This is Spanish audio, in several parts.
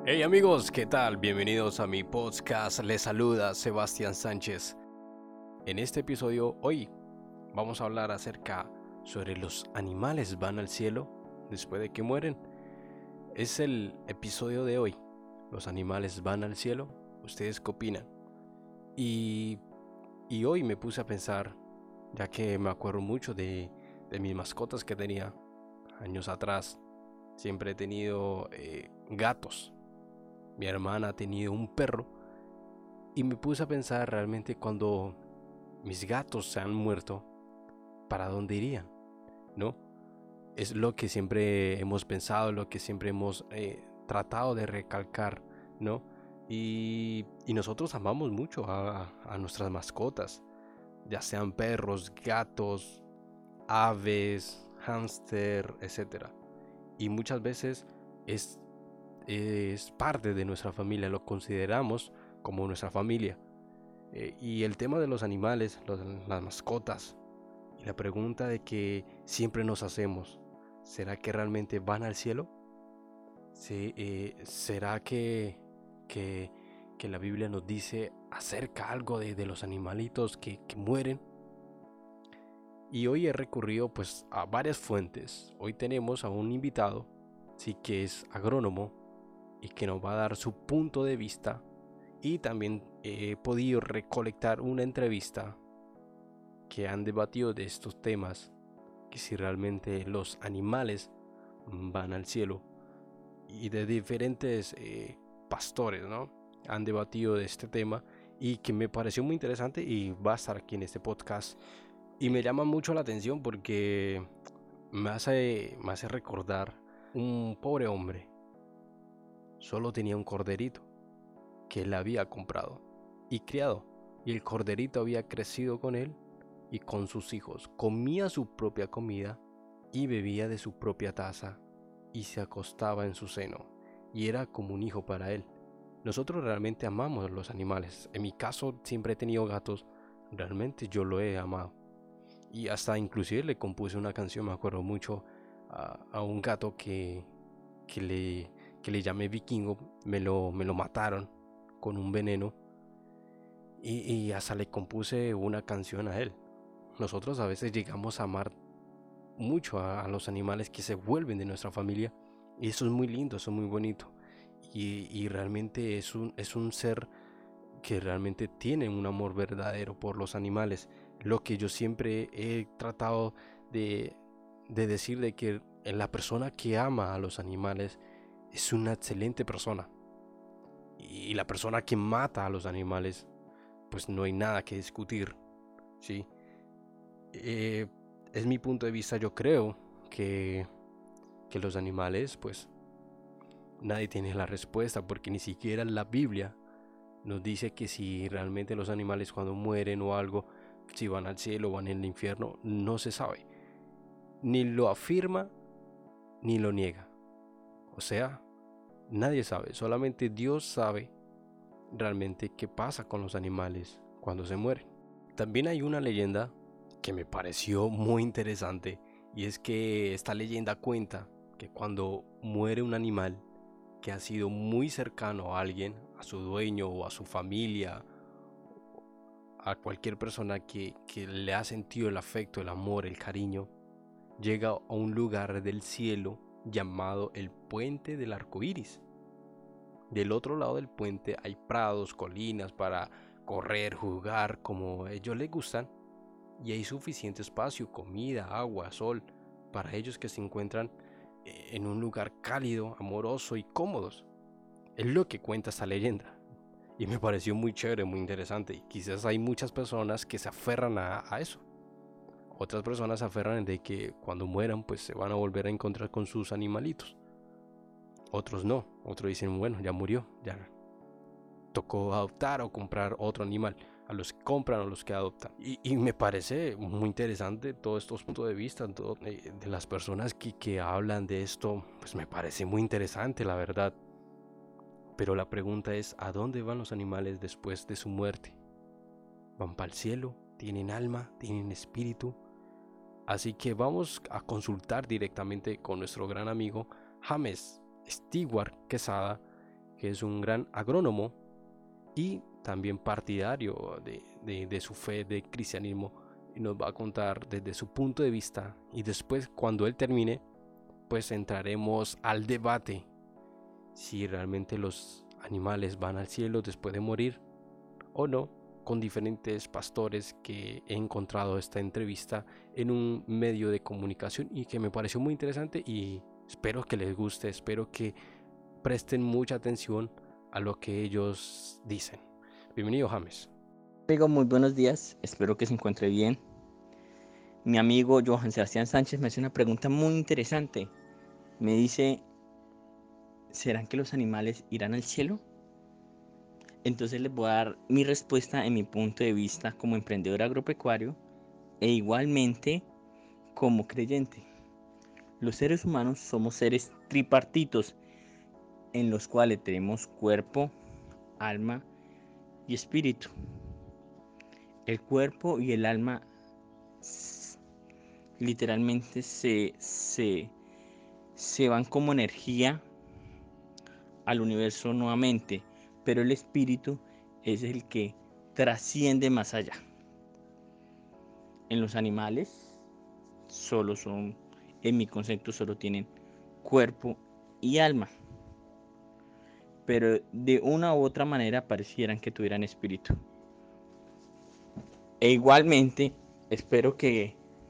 Hey amigos, ¿qué tal? Bienvenidos a mi podcast. Les saluda Sebastián Sánchez. En este episodio hoy vamos a hablar acerca sobre los animales van al cielo después de que mueren. Es el episodio de hoy. Los animales van al cielo. ¿Ustedes qué opinan? Y hoy me puse a pensar, ya que me acuerdo mucho de mis mascotas que tenía años atrás. Siempre he tenido gatos. Mi hermana ha tenido un perro y me puse a pensar realmente cuando mis gatos se han muerto, ¿para dónde irían? ¿No? Es lo que siempre hemos pensado, lo que siempre hemos tratado de recalcar, ¿no? Y nosotros amamos mucho a nuestras mascotas, ya sean perros, gatos, aves, hámster, etc. Y muchas veces es parte de nuestra familia, lo consideramos como nuestra familia. Y el tema de los animales, las mascotas, y la pregunta de que siempre nos hacemos, ¿será que realmente van al cielo? Sí, ¿será que, que la Biblia nos dice acerca algo de los animalitos que mueren? Y hoy he recurrido pues a varias fuentes. Hoy tenemos a un invitado, sí, que es agrónomo y que nos va a dar su punto de vista, y también he podido recolectar una entrevista que han debatido de estos temas, que si realmente los animales van al cielo, y de diferentes pastores, ¿no? Han debatido de este tema y que me pareció muy interesante y va a estar aquí en este podcast y me llama mucho la atención porque me hace recordar un pobre hombre. Solo tenía un corderito que él había comprado y criado, y el corderito había crecido con él y con sus hijos, comía su propia comida y bebía de su propia taza y se acostaba en su seno, y era como un hijo para él. Nosotros realmente amamos los animales. En mi caso siempre he tenido gatos, realmente yo lo he amado. Y hasta inclusive le compuse una canción, me acuerdo mucho, a un gato que le, que le llamé Vikingo. Me lo mataron con un veneno y hasta le compuse una canción a él. Nosotros a veces llegamos a amar mucho a los animales que se vuelven de nuestra familia, y eso es muy lindo, eso es muy bonito, y realmente es un ser que realmente tiene un amor verdadero por los animales. Lo que yo siempre he tratado de, de decir, de que la persona que ama a los animales es una excelente persona, y la persona que mata a los animales, pues no hay nada que discutir, ¿sí? Eh, es mi punto de vista. Yo creo que los animales, pues nadie tiene la respuesta, porque ni siquiera la Biblia nos dice que si realmente los animales cuando mueren o algo, si van al cielo o van al infierno, no se sabe. Ni lo afirma ni lo niega. O sea, nadie sabe, solamente Dios sabe realmente qué pasa con los animales cuando se mueren. También hay una leyenda que me pareció muy interesante, y es que esta leyenda cuenta que cuando muere un animal que ha sido muy cercano a alguien, a su dueño o a su familia, a cualquier persona que le ha sentido el afecto, el amor, el cariño, llega a un lugar del cielo llamado el Puente del Arco Iris. Del otro lado del puente hay prados, colinas para correr, jugar como a ellos les gustan, y hay suficiente espacio, comida, agua, sol, para ellos que se encuentran en un lugar cálido, amoroso y cómodos. Es lo que cuenta esta leyenda. Y me pareció muy chévere, muy interesante. Y quizás hay muchas personas que se aferran a eso. Otras personas se aferran de que cuando mueran pues se van a volver a encontrar con sus animalitos. Otros no. Otros dicen, bueno, ya murió, ya tocó adoptar o comprar otro animal. A los que compran o a los que adoptan. Y me parece muy interesante todos estos puntos de vista de las personas que hablan de esto. Pues me parece muy interesante, la verdad. Pero la pregunta es, ¿a dónde van los animales después de su muerte? ¿Van para el cielo? ¿Tienen alma? ¿Tienen espíritu? Así que vamos a consultar directamente con nuestro gran amigo James Stewart Quesada, que es un gran agrónomo y también partidario de su fe de cristianismo, y nos va a contar desde su punto de vista, y después cuando él termine pues entraremos al debate si realmente los animales van al cielo después de morir o no, con diferentes pastores que he encontrado esta entrevista en un medio de comunicación y que me pareció muy interesante, y espero que les guste, espero que presten mucha atención a lo que ellos dicen. Bienvenido, James. Amigo, muy buenos días, espero que se encuentre bien. Mi amigo Johan Sebastián Sánchez me hace una pregunta muy interesante. Me dice, ¿serán que los animales irán al cielo? Entonces les voy a dar mi respuesta en mi punto de vista como emprendedor agropecuario e igualmente como creyente. Los seres humanos somos seres tripartitos en los cuales tenemos cuerpo, alma y espíritu. El cuerpo y el alma literalmente se van como energía al universo nuevamente, pero el espíritu es el que trasciende más allá. En los animales solo son, en mi concepto, solo tienen cuerpo y alma, pero de una u otra manera parecieran que tuvieran espíritu. E igualmente espero que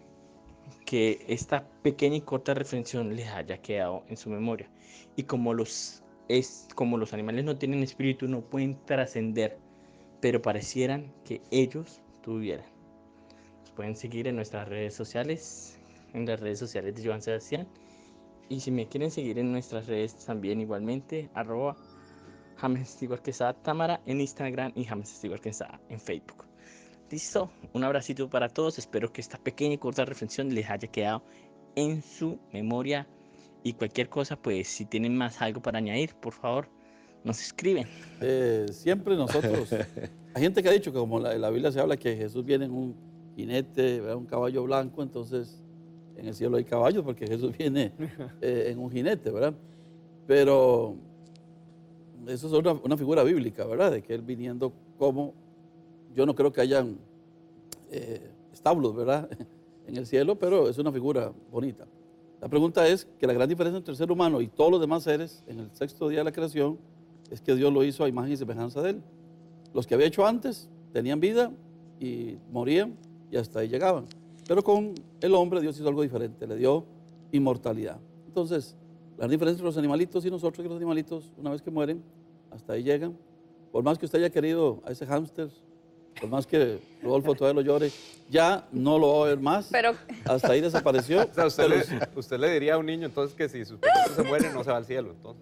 esta pequeña y corta reflexión les haya quedado en su memoria. Y como los animales no tienen espíritu, no pueden trascender, pero parecieran que ellos tuvieran. Nos pueden seguir en nuestras redes sociales, en las redes sociales de Johan Sebastián. Y si me quieren seguir en nuestras redes también igualmente, @JamesStewart Tamara en Instagram y James Stewart en Facebook. Listo, un abracito para todos, espero que esta pequeña y corta reflexión les haya quedado en su memoria, y cualquier cosa, pues si tienen más algo para añadir, por favor, nos escriben. Siempre nosotros, hay gente que ha dicho que como en la Biblia se habla que Jesús viene en un jinete, un caballo blanco, entonces en el cielo hay caballos porque Jesús viene en un jinete, ¿verdad? Pero eso es una figura bíblica, ¿verdad? De que él viniendo como, yo no creo que hayan establos, ¿verdad? En el cielo, pero es una figura bonita. La pregunta es que la gran diferencia entre el ser humano y todos los demás seres en el sexto día de la creación es que Dios lo hizo a imagen y semejanza de él. Los que había hecho antes tenían vida y morían y hasta ahí llegaban. Pero con el hombre Dios hizo algo diferente, le dio inmortalidad. Entonces, la diferencia entre los animalitos y nosotros, que los animalitos, una vez que mueren, hasta ahí llegan. Por más que usted haya querido a ese hámster, por más que Rodolfo todavía lo llore, ya no lo va a ver más. Pero hasta ahí desapareció. O sea, usted le diría a un niño entonces que si sus perritos se mueren no se va al cielo, entonces.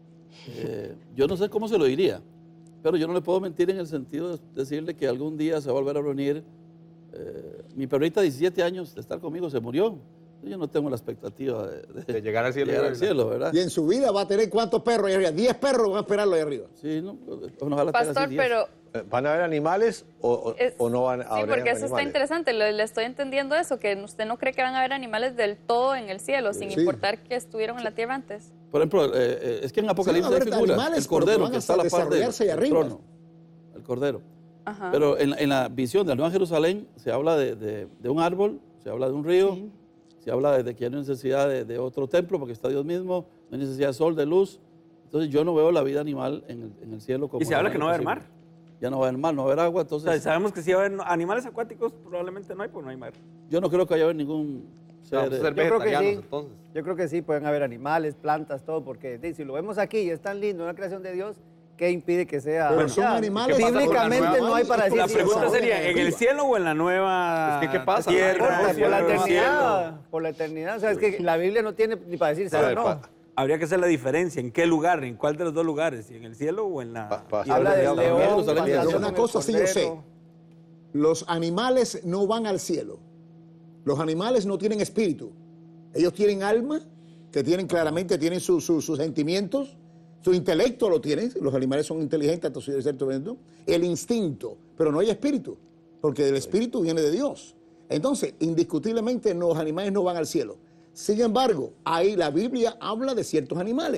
Yo no sé cómo se lo diría, pero yo no le puedo mentir en el sentido de decirle que algún día se va a volver a reunir. Mi perrita de 17 años de estar conmigo se murió. Yo no tengo la expectativa de llegar al cielo. Llegar al cielo, ¿verdad? Y en su vida va a tener ¿cuántos perros ahí arriba? 10 perros van a esperarlo ahí arriba. Sí, no, ojalá Pastor, tenga así 10. pero ¿Van a haber animales o no van a haber animales? sí, porque eso está interesante. Le estoy entendiendo eso, que usted no cree que van a haber animales del todo en el cielo, sin Sí. importar que estuvieron en la tierra antes. Por ejemplo, es que en Apocalipsis Sí, hay figuras, animales, el cordero pero van que a está a la par del desarrollarse ahí arriba. trono, el cordero. Ajá. Pero en la visión de la Nueva Jerusalén se habla de un árbol, se habla de un río, se habla de que no hay necesidad de otro templo porque está Dios mismo, no hay necesidad de sol, de luz. Entonces yo no veo la vida animal en el cielo como... Y se habla que no va a haber mar. Ya no va a haber mar, no va a haber agua, entonces... O sea, sabemos que si va a haber animales acuáticos, probablemente no hay, pues no hay mar. Yo no creo que vaya a haber ningún ser... Vamos a ser Yo creo que vegetarianos sí. entonces. Yo creo que sí, pueden haber animales, plantas, todo, porque si lo vemos aquí y es tan lindo, una creación de Dios, ¿qué impide que sea? Pero son animales. ¿Qué pasa con la Bíblicamente nueva- no hay para decir La si pregunta son sería, ¿en el cielo o en la nueva Es que, ¿qué pasa? tierra? por la cielo, eternidad, por la eternidad. O sea, es que la Biblia no tiene ni para decir sí o no. Habría que hacer la diferencia. ¿En qué lugar? ¿En cuál de los dos lugares? ¿Si en el cielo o en la tierra? Habla del Habla de león, Jerusalén, pasando Pero con una el cosa sí yo sé. cordero. Los animales no van al cielo. Los animales no tienen espíritu. Ellos tienen alma, que claramente tienen sus sentimientos, su intelecto lo tienen. Los animales son inteligentes, hasta cierto momento. El instinto, pero no hay espíritu, porque el espíritu viene de Dios. Entonces, indiscutiblemente los animales no van al cielo. Sin embargo, ahí la Biblia habla de ciertos animales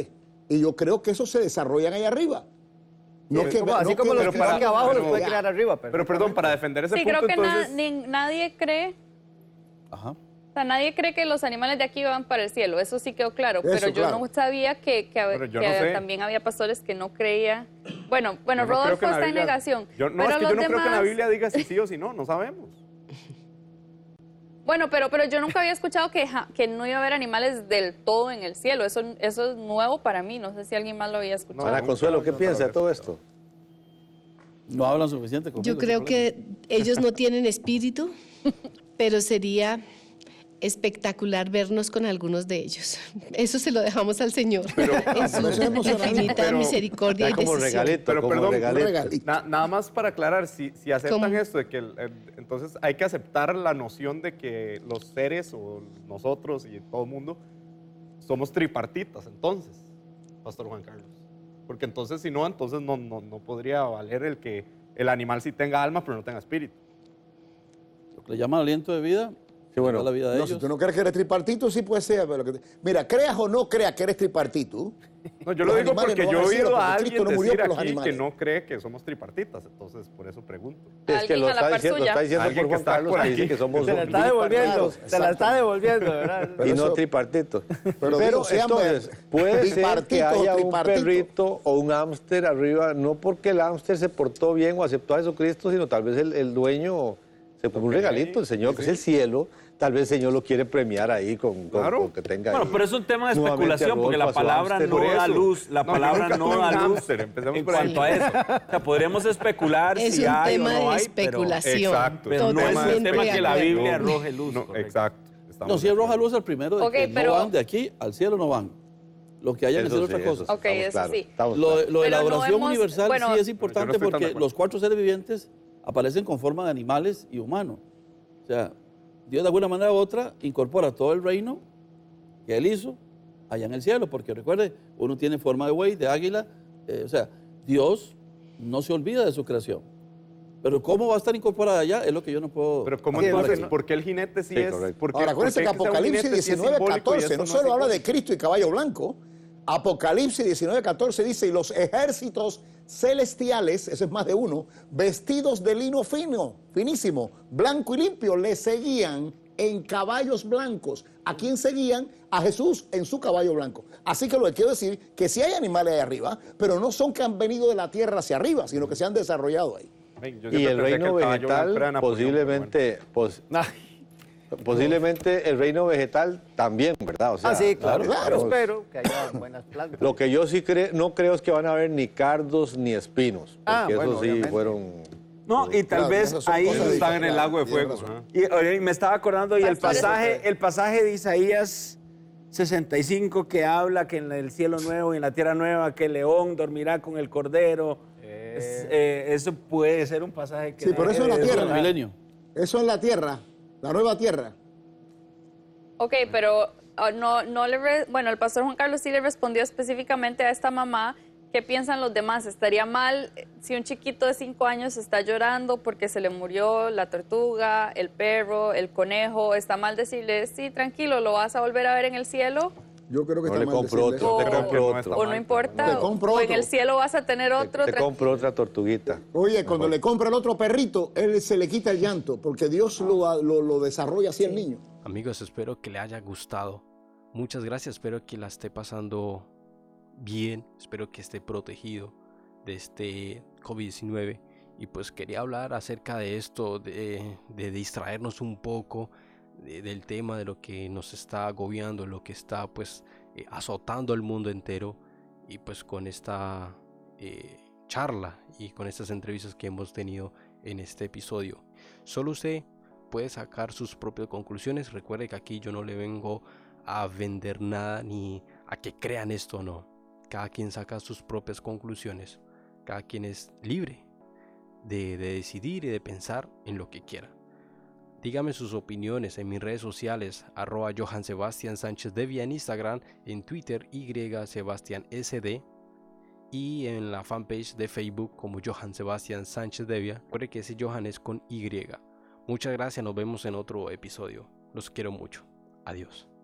Y yo creo que eso se desarrollan ahí arriba. No Sí, que, como- no así que como los los que van aquí abajo los pero- puede crear arriba. Pero perdón, para defender ese Sí, punto, creo que entonces... nadie cree, Ajá. o sea, nadie cree que los animales de aquí van para el cielo, eso sí quedó claro, Eso, pero yo claro. no sabía que Pero yo no sé. también había pastores que no creían. Bueno, Yo no creo Rodolfo que en la está en Biblia- negación. Yo, no, pero es que los yo no creo que en la demás- Biblia diga si sí o si no, no sabemos. Bueno, pero yo nunca había escuchado que no iba a haber animales del todo en el cielo. Eso es nuevo para mí. No sé si alguien más lo había escuchado. Ana Consuelo, ¿qué piensa de todo esto? No hablan suficiente conmigo. Yo creo que ellos no tienen espíritu, pero sería espectacular vernos con algunos de ellos. Eso se lo dejamos al Señor en su eso es emocionante. infinita misericordia y Está como decisión. regalito, Pero como perdón, regalito. regalito. Nada más para aclarar, si aceptan ¿Cómo? esto de que entonces hay que aceptar la noción de que los seres o nosotros y todo el mundo somos tripartitas, entonces, Pastor Juan Carlos. Porque entonces si no, entonces no podría valer el que el animal sí tenga alma pero no tenga espíritu. Lo que le llaman aliento de vida, Sí, bueno, da la vida de No, si ellos. tú no crees que eres tripartito, sí puede ser. Pero mira, creas o no creas que eres tripartito. No, yo Los lo digo animales porque no yo van he al cielo oído a porque alguien Cristo no murió decir por los aquí que animales. no cree que somos tripartitas, entonces por eso pregunto. Es que Alguien lo a la está par diciendo, suya. está diciendo Alguien por que Juan está Carlos por que aquí. dice que somos Se la está devolviendo, Claro, se la exacto. está devolviendo, ¿verdad? Pero y no eso- tripartitos. Pero Pero digo, sean entonces, puede ser que bipartitos o haya un tripartitos. perrito o un hámster arriba, no porque el hámster se portó bien o aceptó a Jesucristo, sino tal vez el dueño se puso un regalito, el Señor, que es el cielo, tal vez el Señor lo quiere premiar ahí con que tenga Bueno, ahí. pero es un tema de nuevamente a especulación, porque la Rodolfo, a su palabra hámster. no Por da eso. luz, la No, yo palabra nunca no tuve un da luz hámster, empecemos en por ahí. cuanto a eso. O sea, podríamos especular Es si un hay o tema no de hay, especulación. Exacto. pero no es Totalmente el tema de que la acuerdo. Biblia arroje luz. No, correcto. exacto. estamos No, si de arroja acuerdo. luz al primero, de Ok, que pero- no van de aquí al cielo, no van. Lo que haya en el Eso cielo es sí, otra cosa. eso Ok, estamos eso claros, sí. estamos Lo claros. de la Pero no adoración hemos- universal bueno, sí es Yo no importante estoy tan de porque acuerdo. los 4 seres vivientes aparecen con forma de animales y humanos. O sea, Dios de alguna manera u otra incorpora todo el reino que Él hizo allá en el cielo, porque recuerde, uno tiene forma de buey, de águila, o sea, Dios no se olvida de su creación. Pero cómo va a estar incorporada allá es lo que yo no puedo... Pero ¿cómo afirmar entonces? aquí. ¿Por qué el jinete sí, Sí, es? correcto. ¿Por qué- Ahora, acuérdense por que qué sea un Apocalipsis jinete sí es 19, simbólico y 14 esto no es solo habla de simbólico? Cristo y caballo blanco. Apocalipsis 19, 14 dice, y los ejércitos celestiales, eso es más de uno, vestidos de lino fino, finísimo, blanco y limpio, le seguían en caballos blancos. ¿A quién seguían? A Jesús en su caballo blanco. Así que lo que quiero decir que sí hay animales ahí arriba, pero no son que han venido de la tierra hacia arriba, sino que se han desarrollado ahí. Ven, yo Y siempre el pensé que reino caballo blanco era vegetal Napoleón, pero posiblemente, posiblemente el reino vegetal también, ¿verdad? O sea, Sí, claro. claro. Espero que haya buenas plantas. Lo que yo sí no creo es que van a haber ni cardos ni espinos, porque eso bueno, sí obviamente. fueron... No, y tal Claro, vez esas son ahí cosas están en el lago de Tienes fuego. razón. ajá. Y oye, me estaba acordando y Pastores, el pasaje de Isaías 65 que habla que en el cielo nuevo y en la tierra nueva que el león dormirá con el cordero. Eso puede ser un pasaje que... Sí, pero eso es la Eso tierra. en el milenio. Eso es la tierra, la nueva tierra. Ok, pero bueno, el pastor Juan Carlos sí le respondió específicamente a esta mamá. ¿Qué piensan los demás? ¿Estaría mal si un chiquito de 5 años está llorando porque se le murió la tortuga, el perro, el conejo? ¿Está mal decirle, sí, tranquilo, lo vas a volver a ver en el cielo? Yo creo que No está le mal compro decirle otro, eso. te compro no otro. está ¿O no mal, importa? Te compro ¿O en otro. el cielo vas a tener otro? Te compro otra tortuguita. Oye, cuando le compra el otro perrito, él se le quita el llanto, porque Dios lo desarrolla así el niño. Amigos, espero que le haya gustado. Muchas gracias, espero que la esté pasando bien, espero que esté protegido de este COVID-19. Y pues quería hablar acerca de esto, de distraernos un poco del tema, de lo que nos está agobiando, lo que está pues azotando el mundo entero. Y pues con esta charla y con estas entrevistas que hemos tenido en este episodio, solo usted puede sacar sus propias conclusiones. Recuerde que aquí yo no le vengo a vender nada ni a que crean esto o no. Cada quien saca sus propias conclusiones. Cada quien es libre de decidir y de pensar en lo que quiera. Dígame sus opiniones en mis redes sociales, @Johan Sebastián Sánchez Devia en Instagram, en Twitter YSebastiansD y en la fanpage de Facebook como Johan Sebastián Sánchez Devia. Recuerde que ese Johan es con Y. Muchas gracias, nos vemos en otro episodio. Los quiero mucho. Adiós.